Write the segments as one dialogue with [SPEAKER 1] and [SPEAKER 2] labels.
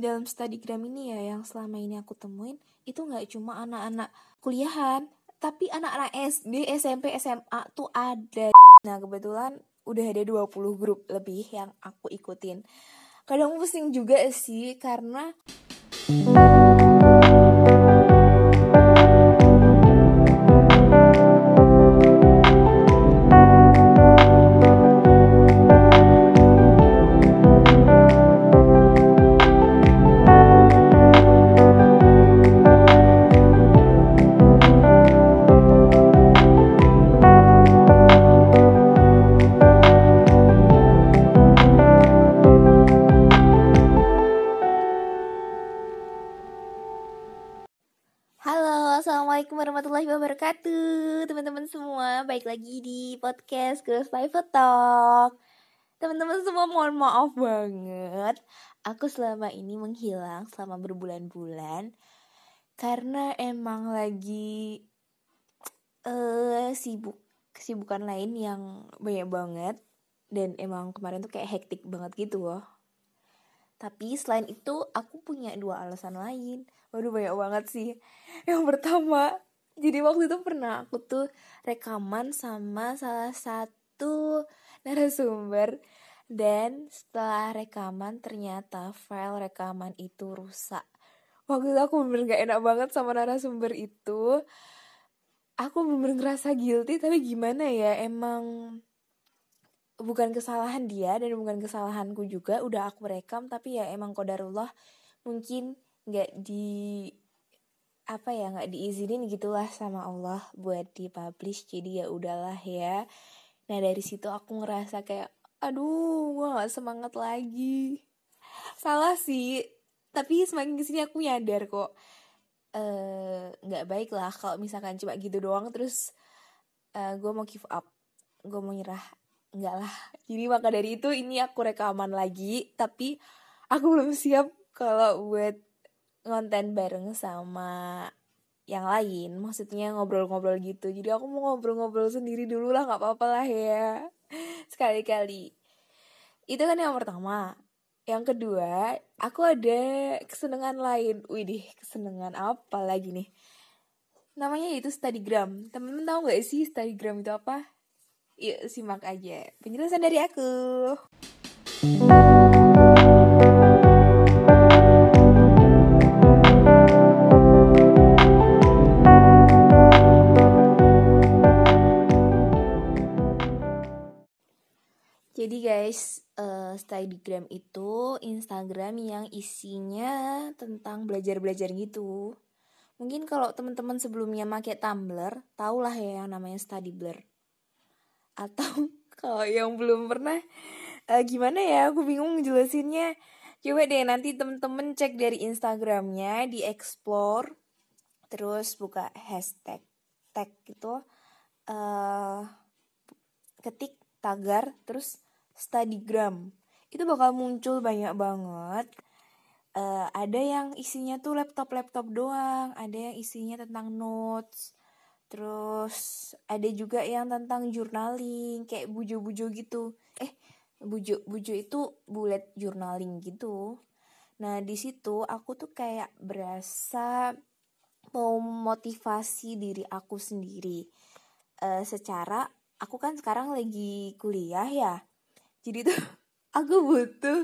[SPEAKER 1] dalam Studygram ini ya, yang selama ini aku temuin itu nggak cuma anak-anak kuliahan, tapi anak-anak SD, SMP, SMA tuh ada. Nah kebetulan udah ada 20 grup lebih yang aku ikutin. Kadang pusing juga sih karena Assalamualaikum warahmatullahi wabarakatuh teman-teman semua. Baik lagi di podcast Girls Private Talk. Teman-teman semua mohon maaf banget, aku selama ini menghilang selama berbulan-bulan karena emang lagi kesibukan lain yang banyak banget. Dan emang kemarin tuh kayak hektik banget gitu loh. Tapi selain itu aku punya 2 alasan lain. Waduh banyak banget sih. Yang pertama, jadi waktu itu pernah aku tuh rekaman sama salah satu narasumber. Dan setelah rekaman ternyata file rekaman itu rusak. Waktu itu aku bener-bener gak enak banget sama narasumber itu. Aku bener-bener ngerasa guilty, tapi gimana ya, emang bukan kesalahan dia dan bukan kesalahanku juga. Udah aku rekam tapi ya emang qadarullah mungkin nggak diizinin gitulah sama Allah buat dipublish, jadi ya udahlah ya. Nah dari situ aku ngerasa kayak aduh gue nggak semangat lagi. Salah sih, tapi semakin kesini aku nyadar kok nggak baik lah kalau misalkan cuma gitu doang terus gue mau give up, gue mau nyerah. Enggak lah. Jadi maka dari itu ini aku rekaman lagi, tapi aku belum siap kalau buat ngonten bareng sama yang lain. Maksudnya ngobrol-ngobrol gitu. Jadi aku mau ngobrol-ngobrol sendiri dulu lah, gak apa-apa lah ya. Sekali-kali. Itu kan yang pertama. Yang kedua, aku ada kesenangan lain. Widih, kesenangan apa lagi nih? Namanya itu Studygram. Temen-temen tahu gak sih Studygram itu apa? Yuk simak aja penjelasan dari aku. Jadi guys, Studygram itu Instagram yang isinya tentang belajar-belajar gitu. Mungkin kalau teman-teman sebelumnya pakai Tumblr, tahulah ya yang namanya Studyblr. Atau kalau yang belum pernah, gimana ya, aku bingung ngejelasinnya. Coba deh nanti temen-temen cek dari Instagramnya, di explore, terus buka hashtag tag gitu, ketik tagar, terus Studygram. Itu bakal muncul banyak banget. Ada yang isinya tuh laptop doang, ada yang isinya tentang notes. Terus ada juga yang tentang journaling, kayak bujo-bujo gitu. Bujo itu bullet journaling gitu. Nah di situ aku tuh kayak berasa mau motivasi diri aku sendiri. Secara aku kan sekarang lagi kuliah ya. Jadi tuh aku butuh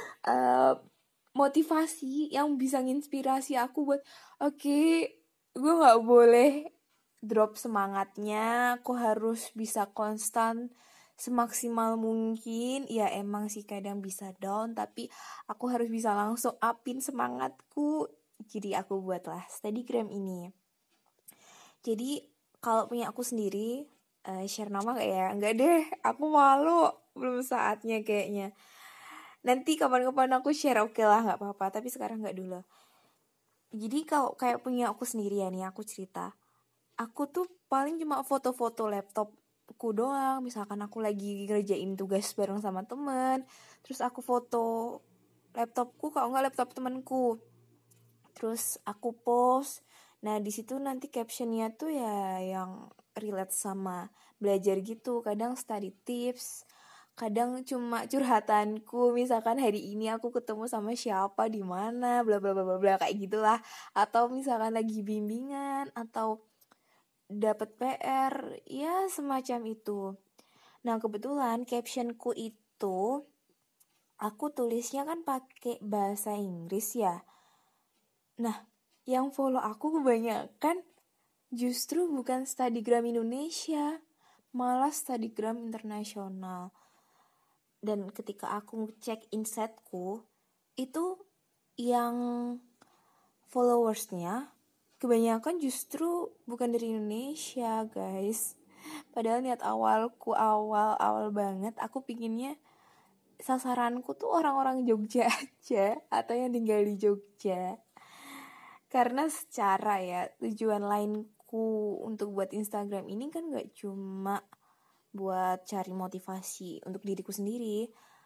[SPEAKER 1] motivasi yang bisa nginspirasi aku buat oke, gue gak boleh drop semangatnya, aku harus bisa konstan semaksimal mungkin. Ya emang sih kadang bisa down, tapi aku harus bisa langsung upin semangatku. Jadi aku buatlah Studygram ini. Jadi kalau punya aku sendiri, share nama gak ya? Enggak deh, aku malu, belum saatnya kayaknya. Nanti kapan-kapan aku share, oke lah gak apa-apa, tapi sekarang gak dulu. Jadi kalau kayak punya aku sendiri ya nih, aku cerita. Aku tuh paling cuma foto-foto laptopku doang. Misalkan aku lagi ngerjain tugas bareng sama temen, terus aku foto laptopku, kalau nggak laptop temenku, terus aku post. Nah di situ nanti captionnya tuh ya yang relate sama belajar gitu. Kadang study tips, kadang cuma curhatanku, misalkan hari ini aku ketemu sama siapa di mana, bla bla bla bla bla kayak gitulah. Atau misalkan lagi bimbingan atau dapat PR, ya semacam itu. Nah, kebetulan captionku itu aku tulisnya kan pakai bahasa Inggris ya. Nah, yang follow aku kebanyakan justru bukan Studygram Indonesia, malah Studygram internasional. Dan ketika aku cek insightku, itu yang followersnya kebanyakan justru bukan dari Indonesia, guys. Padahal niat awal banget aku pinginnya sasaranku tuh orang-orang Jogja aja atau yang tinggal di Jogja. Karena secara ya tujuan lainku untuk buat Instagram ini kan gak cuma buat cari motivasi untuk diriku sendiri.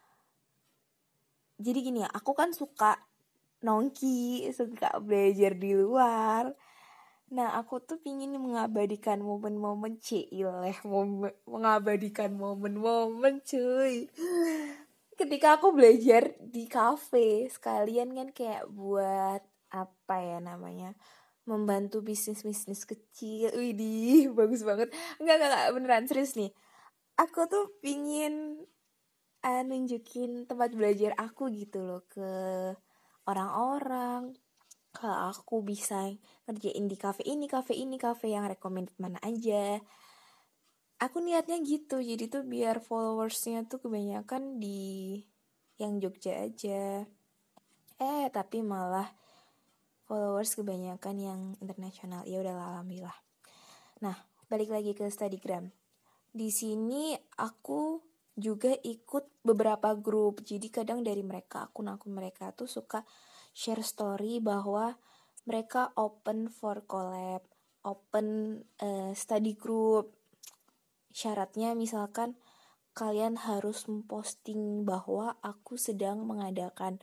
[SPEAKER 1] Jadi gini ya, aku kan suka nongki, suka belajar di luar. Nah, aku tuh pingin mengabadikan momen-momen mengabadikan momen-momen cuy. Ketika aku belajar di kafe, sekalian kan kayak buat apa ya namanya, membantu bisnis-bisnis kecil. Widih, bagus banget. Enggak, beneran serius nih. Aku tuh pingin nunjukin tempat belajar aku gitu loh ke orang-orang. Kalau aku bisa ngerjain di kafe ini, kafe yang recommended mana aja. Aku niatnya gitu, jadi tuh biar followersnya tuh kebanyakan di yang Jogja aja. Tapi malah followers kebanyakan yang internasional. Ya udahlah, alhamdulillah. Nah, balik lagi ke Studygram. Di sini aku juga ikut beberapa grup. Jadi kadang dari mereka, akun-akun mereka tuh suka share story bahwa mereka open for collab, open study group. Syaratnya misalkan kalian harus memposting bahwa aku sedang mengadakan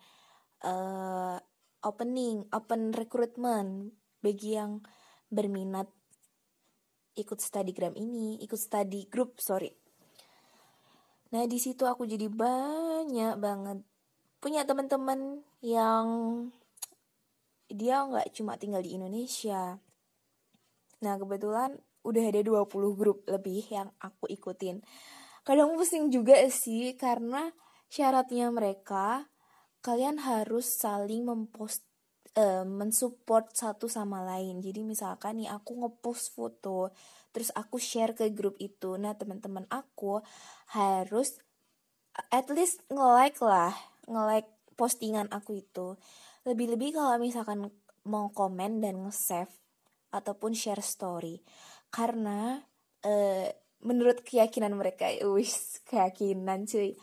[SPEAKER 1] open recruitment bagi yang berminat ikut studygram ini, ikut study group, Nah, di situ aku jadi banyak banget punya teman-teman yang dia nggak cuma tinggal di Indonesia. Nah, kebetulan udah ada 20 grup lebih yang aku ikutin. Kadang pusing juga sih karena syaratnya mereka kalian harus saling mensupport satu sama lain. Jadi misalkan nih aku ngepost foto, terus aku share ke grup itu. Nah, teman-teman aku harus at least nge-like postingan aku itu. Lebih-lebih kalau misalkan mau komen dan nge-save ataupun share story. Karena menurut keyakinan mereka, keyakinan cuy.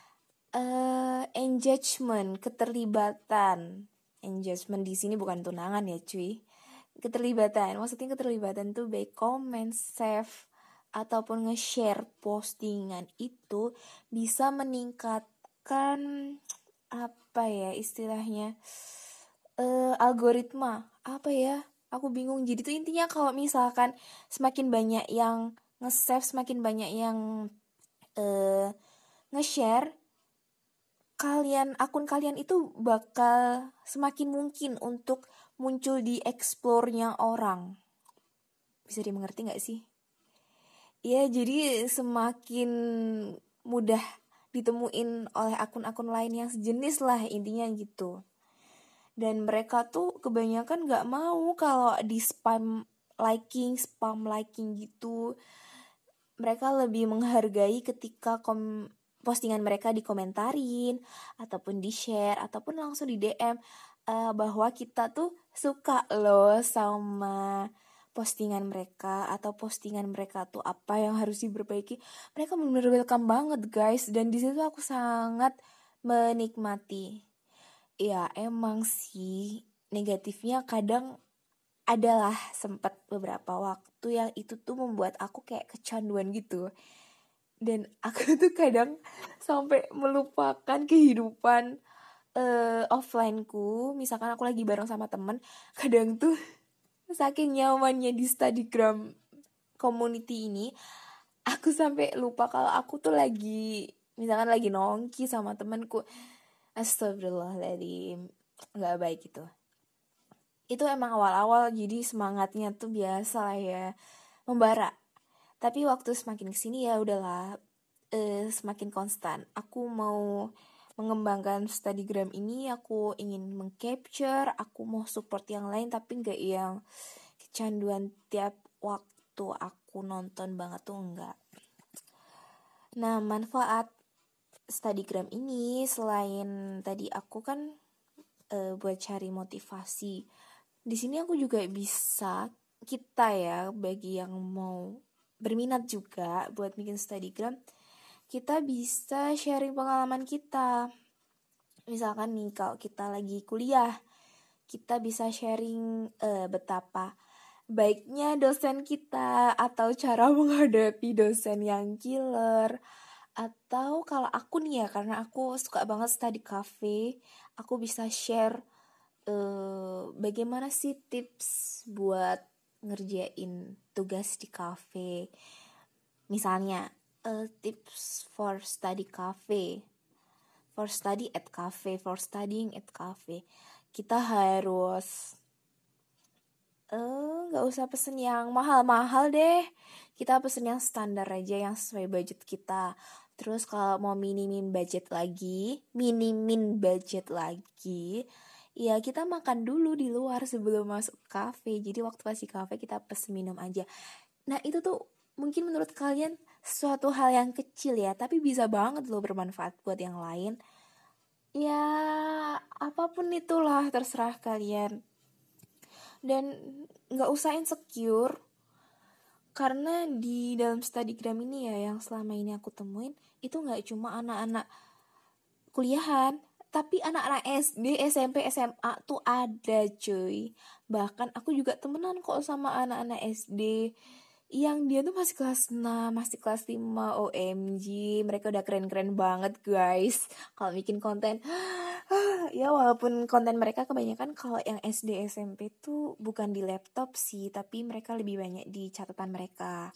[SPEAKER 1] Engagement di sini bukan tunangan ya cuy. Maksudnya keterlibatan tuh baik comment, save ataupun nge-share postingan itu bisa meningkatkan apa ya istilahnya algoritma apa ya, aku bingung. Jadi tuh intinya kalau misalkan semakin banyak yang nge-save, semakin banyak yang nge-share, akun kalian itu bakal semakin mungkin untuk muncul di explore-nya orang. Bisa dimengerti gak sih? Ya, jadi semakin mudah ditemuin oleh akun-akun lain yang sejenis lah, intinya gitu. Dan mereka tuh kebanyakan gak mau kalau di spam liking gitu. Mereka lebih menghargai ketika postingan mereka dikomentarin ataupun di-share ataupun langsung di DM bahwa kita tuh suka loh sama postingan mereka atau postingan mereka tuh apa yang harus diperbaiki. Mereka benar-benar welcome banget guys, dan di situ aku sangat menikmati. Ya emang sih negatifnya kadang adalah sempat beberapa waktu yang itu tuh membuat aku kayak kecanduan gitu. Dan aku tuh kadang sampai melupakan kehidupan offline-ku. Misalkan aku lagi bareng sama temen, kadang tuh saking nyamannya di Studygram community ini, aku sampai lupa kalau aku tuh lagi misalkan lagi nongki sama temanku, astagfirullahaladzim, nggak baik itu emang awal-awal jadi semangatnya tuh biasa lah ya, membara. Tapi waktu semakin kesini ya udahlah, semakin konstan. Aku mau mengembangkan Studygram ini, aku ingin mengcapture, aku mau support yang lain tapi nggak yang kecanduan tiap waktu aku nonton banget tuh enggak. Nah, manfaat Studygram ini selain tadi aku kan buat cari motivasi. Di sini aku juga bisa, kita ya, bagi yang mau berminat juga buat bikin Studygram, kita bisa sharing pengalaman kita. Misalkan nih kalau kita lagi kuliah, kita bisa sharing betapa baiknya dosen kita, atau cara menghadapi dosen yang killer. Atau kalau aku nih ya, karena aku suka banget study cafe, aku bisa share bagaimana sih tips buat ngerjain tugas di cafe. Misalnya tips for study cafe, for study at cafe, for studying at cafe. Kita harus nggak usah pesen yang mahal-mahal deh. Kita pesen yang standar aja, yang sesuai budget kita. Terus kalau mau minimin budget lagi, ya kita makan dulu di luar sebelum masuk kafe. Jadi waktu pas di kafe kita pesen minum aja. Nah itu tuh mungkin menurut kalian suatu hal yang kecil ya, tapi bisa banget loh bermanfaat buat yang lain. Ya apapun itulah, terserah kalian. Dan gak usah insecure, karena di dalam Studygram ini ya, yang selama ini aku temuin, itu gak cuma anak-anak kuliahan, tapi anak-anak SD, SMP, SMA tuh ada cuy. Bahkan aku juga temenan kok sama anak-anak SD yang dia tuh masih kelas 6, masih kelas 5, OMG. Mereka udah keren-keren banget guys kalau bikin konten. Ya walaupun konten mereka kebanyakan kalau yang SD, SMP tuh bukan di laptop sih, tapi mereka lebih banyak di catatan mereka.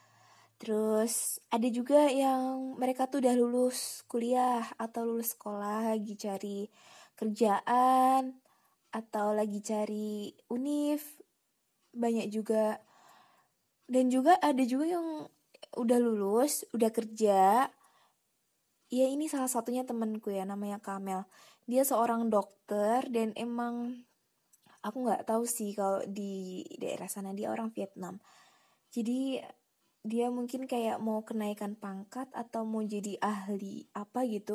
[SPEAKER 1] Terus ada juga yang mereka tuh udah lulus kuliah atau lulus sekolah, lagi cari kerjaan atau lagi cari univ. Banyak juga. Dan juga ada juga yang udah lulus, udah kerja. Ya ini salah satunya temenku ya, namanya Kamel. Dia seorang dokter dan emang aku nggak tahu sih kalau di daerah sana, dia orang Vietnam. Jadi dia mungkin kayak mau kenaikan pangkat atau mau jadi ahli apa gitu.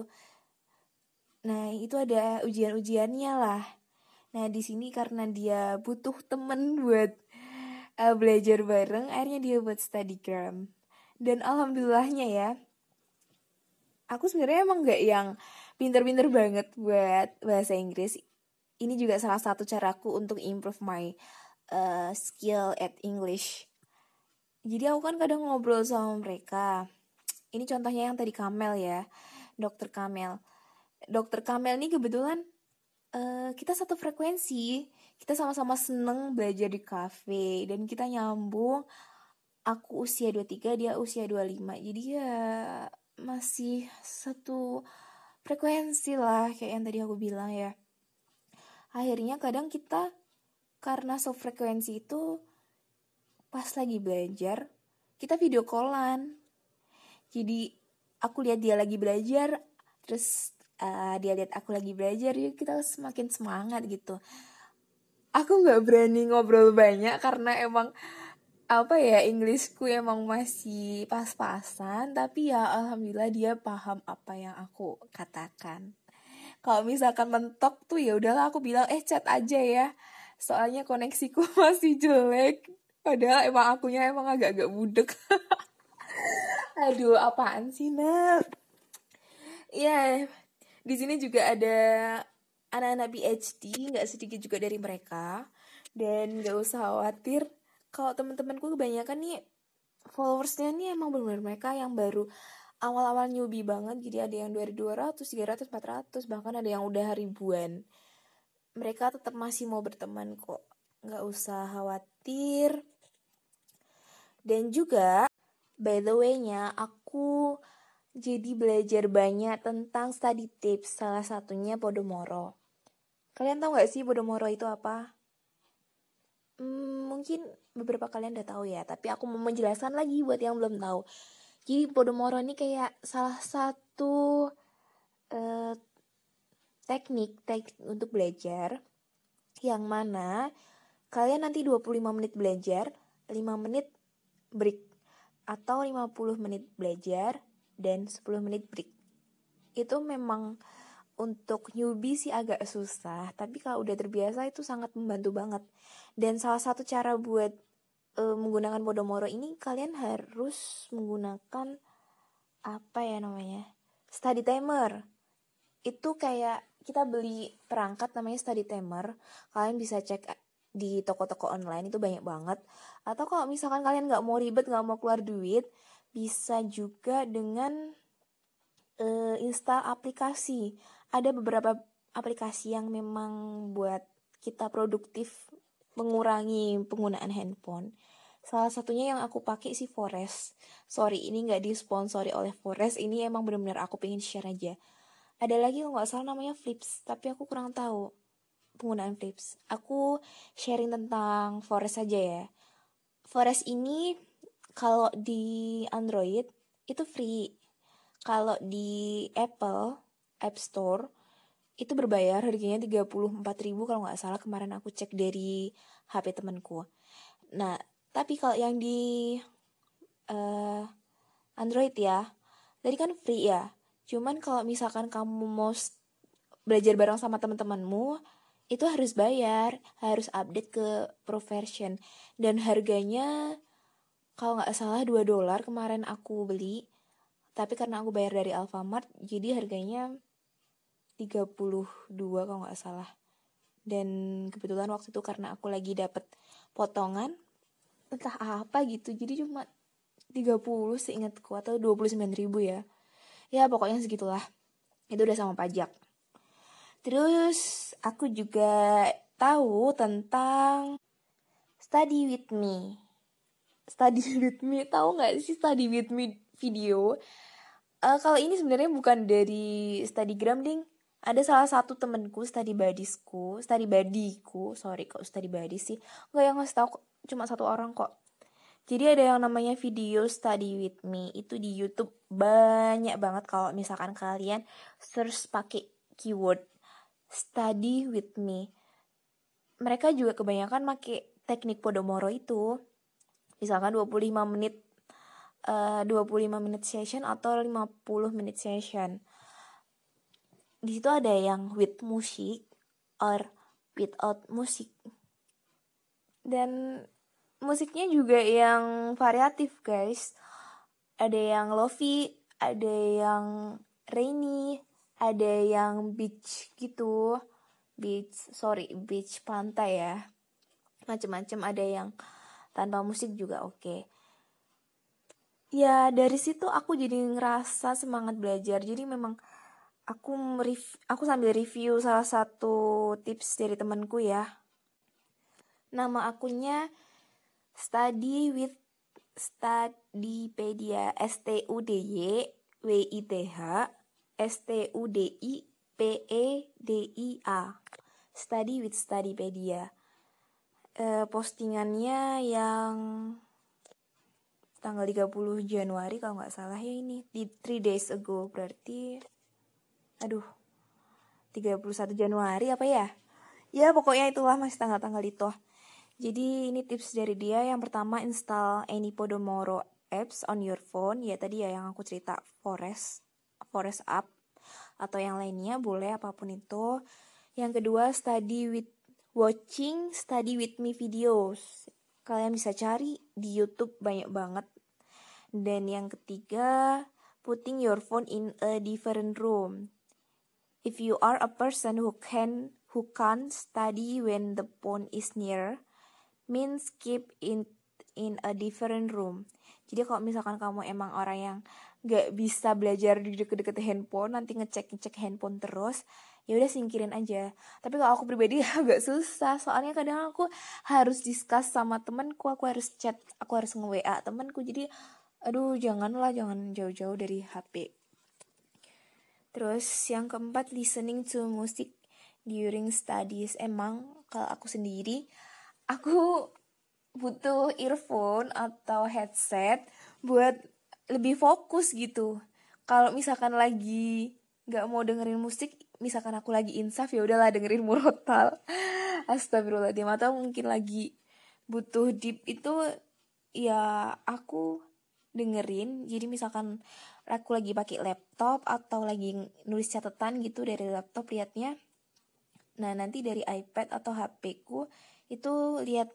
[SPEAKER 1] Nah itu ada ujian-ujiannya lah. Nah di sini karena dia butuh temen buat belajar bareng, akhirnya dia buat Studygram. Dan alhamdulillahnya ya, aku sebenarnya emang gak yang pinter-pinter banget buat bahasa Inggris. Ini juga salah satu caraku untuk improve my skill at English. Jadi aku kan kadang ngobrol sama mereka. Ini contohnya yang tadi Kamel ya, Dokter Kamel. Dokter Kamel ini kebetulan kita satu frekuensi. Kita sama-sama seneng belajar di cafe dan kita nyambung. Aku usia 23, dia usia 25. Jadi ya masih satu frekuensi lah, kayak yang tadi aku bilang ya. Akhirnya kadang kita karena sefrekuensi itu, pas lagi belajar kita video callan. Jadi aku lihat dia lagi belajar, terus dia lihat aku lagi belajar, ya kita semakin semangat gitu. Aku nggak berani ngobrol banyak karena emang Inggrisku emang masih pas-pasan, tapi ya alhamdulillah dia paham apa yang aku katakan. Kalau misalkan mentok tuh ya udahlah aku bilang chat aja ya. Soalnya koneksiku masih jelek. Padahal emang akunya emang agak-agak budek. Aduh, apaan sih, Nak? Ya, di sini juga ada anak-anak PhD, nggak sedikit juga dari mereka. Dan nggak usah khawatir, kalau teman-temanku kebanyakan nih followersnya nih emang benar-benar mereka yang baru awal-awal newbie banget. Jadi ada yang 200, 300, 400, bahkan ada yang udah ribuan. Mereka tetap masih mau berteman kok, nggak usah khawatir. Dan juga by the way-nya, aku jadi belajar banyak tentang study tips, salah satunya Podomoro. Kalian tahu gak sih Podomoro itu apa? Mungkin beberapa kalian udah tahu ya, tapi aku mau menjelaskan lagi buat yang belum tahu. Jadi Podomoro ini kayak salah satu teknik untuk belajar yang mana kalian nanti 25 menit belajar, 5 menit break, atau 50 menit belajar dan 10 menit break. Itu memang untuk newbie sih agak susah, tapi kalau udah terbiasa itu sangat membantu banget. Dan salah satu cara buat menggunakan Podomoro ini, kalian harus menggunakan apa ya namanya, study timer. Itu kayak kita beli perangkat namanya study timer. Kalian bisa cek di toko-toko online, itu banyak banget. Atau kalau misalkan kalian nggak mau ribet, nggak mau keluar duit, bisa juga dengan install aplikasi. Ada beberapa aplikasi yang memang buat kita produktif, mengurangi penggunaan handphone. Salah satunya yang aku pakai sih Forest. Sorry, ini nggak disponsori oleh Forest. Ini emang benar-benar aku pengen share aja. Ada lagi kalau nggak salah namanya Flips, tapi aku kurang tahu penggunaan Flips. Aku sharing tentang Forest aja ya. Forest ini kalau di Android itu free. Kalau di Apple App Store itu berbayar, harganya 34.000 kalau nggak salah, kemarin aku cek dari HP temanku. Nah, tapi kalau yang di Android ya, tadi kan free ya. Cuman kalau misalkan kamu mau belajar bareng sama teman-temanmu, itu harus bayar, harus update ke Pro version. Dan harganya kalau nggak salah $2 kemarin aku beli. Tapi karena aku bayar dari Alfamart, jadi harganya 32 kalau nggak salah. Dan kebetulan waktu itu karena aku lagi dapet potongan, entah apa gitu, jadi cuma 30 seingatku, atau 29.000 ya. Ya pokoknya segitulah. Itu udah sama pajak. Terus aku juga tahu tentang Study With Me. Study With Me, tahu nggak sih Study With Me video? Kalau ini sebenarnya bukan dari Studygram ding. Ada salah satu temenku, study buddiesku, sorry kok study buddy sih. Nggak, yang ngasih tahu cuma satu orang kok. Jadi ada yang namanya video Study With Me, itu di YouTube banyak banget. Kalau misalkan kalian search pakai keyword Study With Me, mereka juga kebanyakan pakai teknik Podomoro itu. Misalkan 25 menit session atau 50 menit session. Di situ ada yang with music or without music. Dan musiknya juga yang variatif, guys. Ada yang lofi, ada yang rainy, ada yang beach gitu. Beach pantai ya. Macem-macem, ada yang tanpa musik juga oke. Ya dari situ aku jadi ngerasa semangat belajar. Jadi memang aku sambil review salah satu tips dari temanku ya. Nama akunnya Study with Studypedia, STUDYWITH STUDIPEDIA, Study with Studypedia. Postingannya yang tanggal 30 Januari kalau nggak salah ya, ini di 3 days ago, berarti 31 Januari apa ya? Ya pokoknya itulah, masih tanggal-tanggal itu. Jadi ini tips dari dia. Yang pertama, install any Podomoro apps on your phone. Ya tadi ya yang aku cerita, Forest app atau yang lainnya boleh, apapun itu. Yang kedua, study with me videos. Kalian bisa cari di YouTube banyak banget. Dan yang ketiga, putting your phone in a different room. If you are a person who can't study when the phone is near, means keep in a different room. Jadi kalau misalkan kamu emang orang yang gak bisa belajar di deket-deket handphone, nanti ngecek handphone terus, ya udah singkirin aja. Tapi kalau aku pribadi agak susah, soalnya kadang aku harus discuss sama temanku, aku harus chat, aku harus nge-WA temanku. Jadi jangan jauh-jauh dari HP. Terus yang keempat, listening to music during studies. Emang kalau aku sendiri, aku butuh earphone atau headset buat lebih fokus gitu. Kalau misalkan lagi nggak mau dengerin musik, misalkan aku lagi insaf, ya udahlah dengerin murotal. Astagfirullahaladzim. Atau mungkin lagi butuh deep itu, ya aku dengerin. Jadi misalkan aku lagi pakai laptop atau lagi nulis catatan gitu dari laptop liatnya, nah nanti dari iPad atau HP ku itu lihat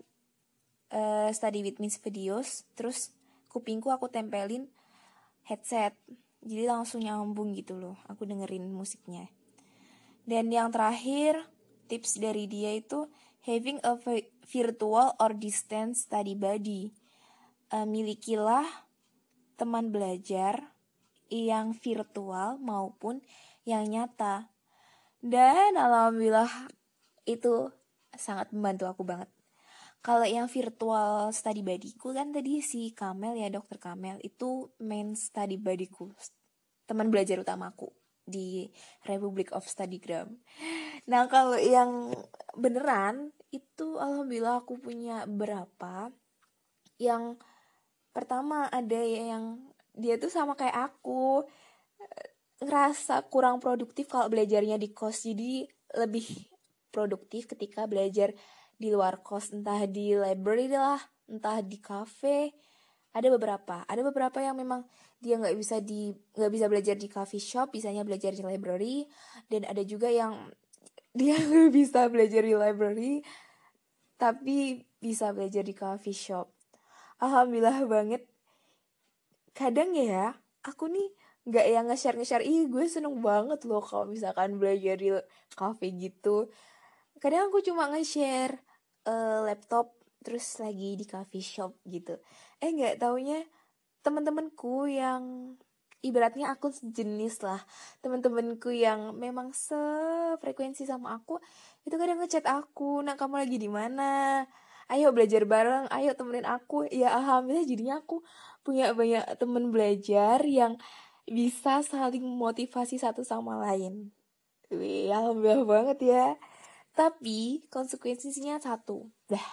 [SPEAKER 1] study with Miss videos, terus kupingku aku tempelin headset, jadi langsung nyambung gitu loh aku dengerin musiknya. Dan yang terakhir, tips dari dia itu having a virtual or distance study buddy. Milikilah teman belajar yang virtual maupun yang nyata. Dan alhamdulillah itu sangat membantu aku banget. Kalau yang virtual study buddy-ku kan tadi si Kamel ya, Dokter Kamel itu main study buddy-ku, teman belajar utamaku di Republic of Studygram. Nah kalau yang beneran itu alhamdulillah aku punya berapa. Yang pertama ada yang dia tuh sama kayak aku, ngerasa kurang produktif kalau belajarnya di kos, jadi lebih produktif ketika belajar di luar kos, entah di library lah, entah di cafe. Ada beberapa yang memang dia nggak bisa belajar di coffee shop, bisanya belajar di library. Dan ada juga yang dia nggak bisa belajar di library tapi bisa belajar di coffee shop. Alhamdulillah banget. Kadang ya aku nih nggak yang nge-share, gue seneng banget loh kalau misalkan belajar di cafe gitu. Kadang aku cuma nge-share laptop terus lagi di coffee shop gitu. Nggak taunya teman-temanku yang ibaratnya aku sejenis lah, teman-temanku yang memang sefrekuensi sama aku itu kadang ngechat aku, "Nah, kamu lagi di mana? Ayo belajar bareng, ayo temenin aku." Ya alhamdulillah jadinya aku punya banyak teman belajar yang bisa saling motivasi satu sama lain. Wih, alhamdulillah banget ya. Tapi konsekuensinya satu.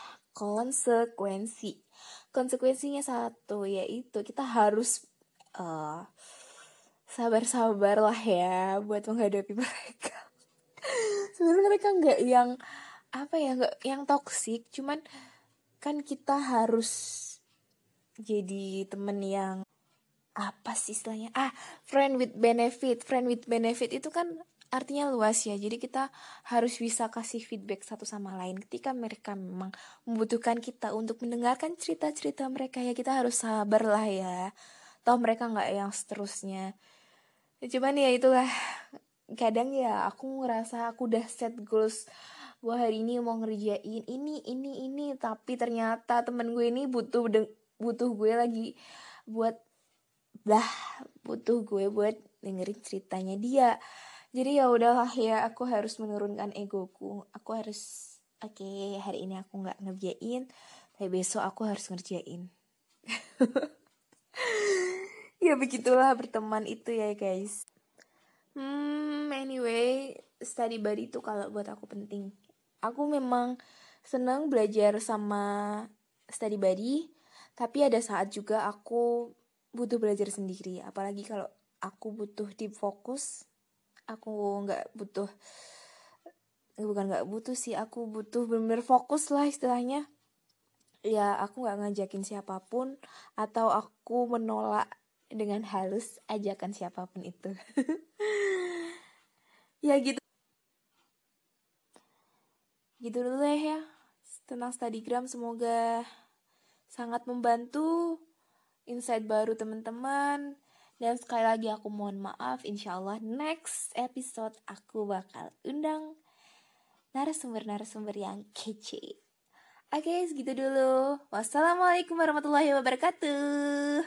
[SPEAKER 1] Konsekuensinya satu, yaitu kita harus sabar-sabar lah ya buat menghadapi mereka. Sebenarnya mereka nggak yang nggak yang toksik, cuman kan kita harus jadi temen yang apa sih istilahnya, friend with benefit itu kan artinya luas ya. Jadi kita harus bisa kasih feedback satu sama lain ketika mereka memang membutuhkan kita untuk mendengarkan cerita-cerita mereka. Ya kita harus sabar lah ya, toh mereka nggak yang seterusnya. Cuman ya itulah, kadang ya aku ngerasa aku udah set goals, gue hari ini mau ngerjain ini, tapi ternyata temen gue ini butuh gue lagi buat butuh gue buat dengerin ceritanya dia. Jadi ya udahlah ya, aku harus menurunkan egoku. Aku harus hari ini aku nggak ngerjain, tapi besok aku harus ngerjain. Ya begitulah berteman itu ya guys. Anyway, study buddy itu kalau buat aku penting. Aku memang senang belajar sama study buddy, tapi ada saat juga aku butuh belajar sendiri. Apalagi kalau aku butuh deep focus, aku aku butuh benar-benar fokus lah istilahnya. Ya aku nggak ngajakin siapapun atau aku menolak dengan halus ajakan siapapun itu. Ya gitu dulu deh ya tentang Studygram. Semoga sangat membantu insight baru teman-teman. Dan sekali lagi aku mohon maaf, insyaallah next episode aku bakal undang narasumber-narasumber yang kece. Oke, segitu dulu. Wassalamualaikum warahmatullahi wabarakatuh.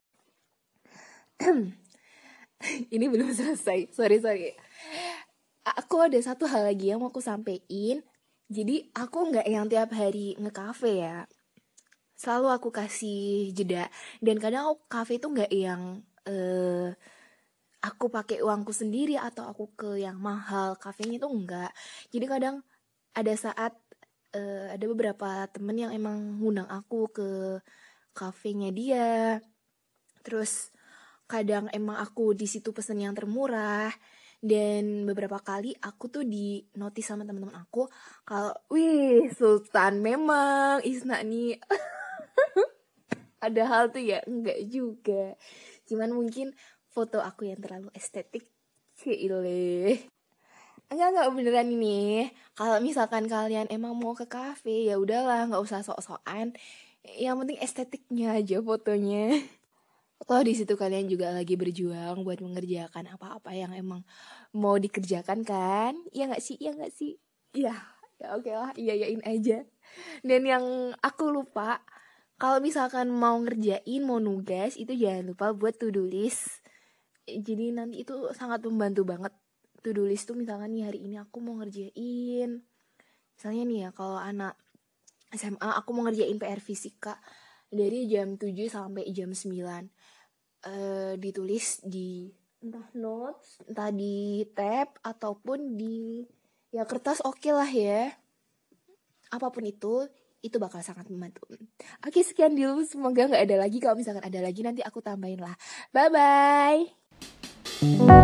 [SPEAKER 1] Ini belum selesai. Sorry. aku ada satu hal lagi yang mau aku sampein. Jadi aku nggak yang tiap hari nge-cafe ya. Selalu aku kasih jeda. Dan kadang aku cafe itu nggak yang aku pakai uangku sendiri atau aku ke yang mahal. Kafenya itu enggak. Jadi kadang ada saat ada beberapa temen yang emang ngundang aku ke kafenya dia. Terus kadang emang aku di situ pesen yang termurah. Dan beberapa kali aku tuh di notice sama teman-teman aku kalau, wih, Sultan memang Isna nih. Ada hal tuh ya, enggak juga. Cuman mungkin foto aku yang terlalu estetik. Cile. Enggak beneran ini. Kalau misalkan kalian emang mau ke kafe, ya udahlah, nggak usah sok-sokan. Yang penting estetiknya aja fotonya. Toh di situ kalian juga lagi berjuang buat mengerjakan apa-apa yang emang mau dikerjakan kan? Iya nggak sih? Iya nggak sih? Iya, ya oke lah, iyain aja. Dan yang aku lupa, kalau misalkan mau ngerjain, mau nugas, itu jangan lupa buat to do list. Jadi nanti itu sangat membantu banget. To do list tuh misalkan nih hari ini aku mau ngerjain. Misalnya nih ya, kalau anak SMA aku mau ngerjain PR fisika dari jam 7 sampai jam 9. Ditulis di entah notes, entah di tab ataupun di ya kertas, oke lah ya. Apapun itu bakal sangat membantu. Oke, sekian dulu, semoga nggak ada lagi. Kalau misalkan ada lagi nanti aku tambahin lah. Bye bye.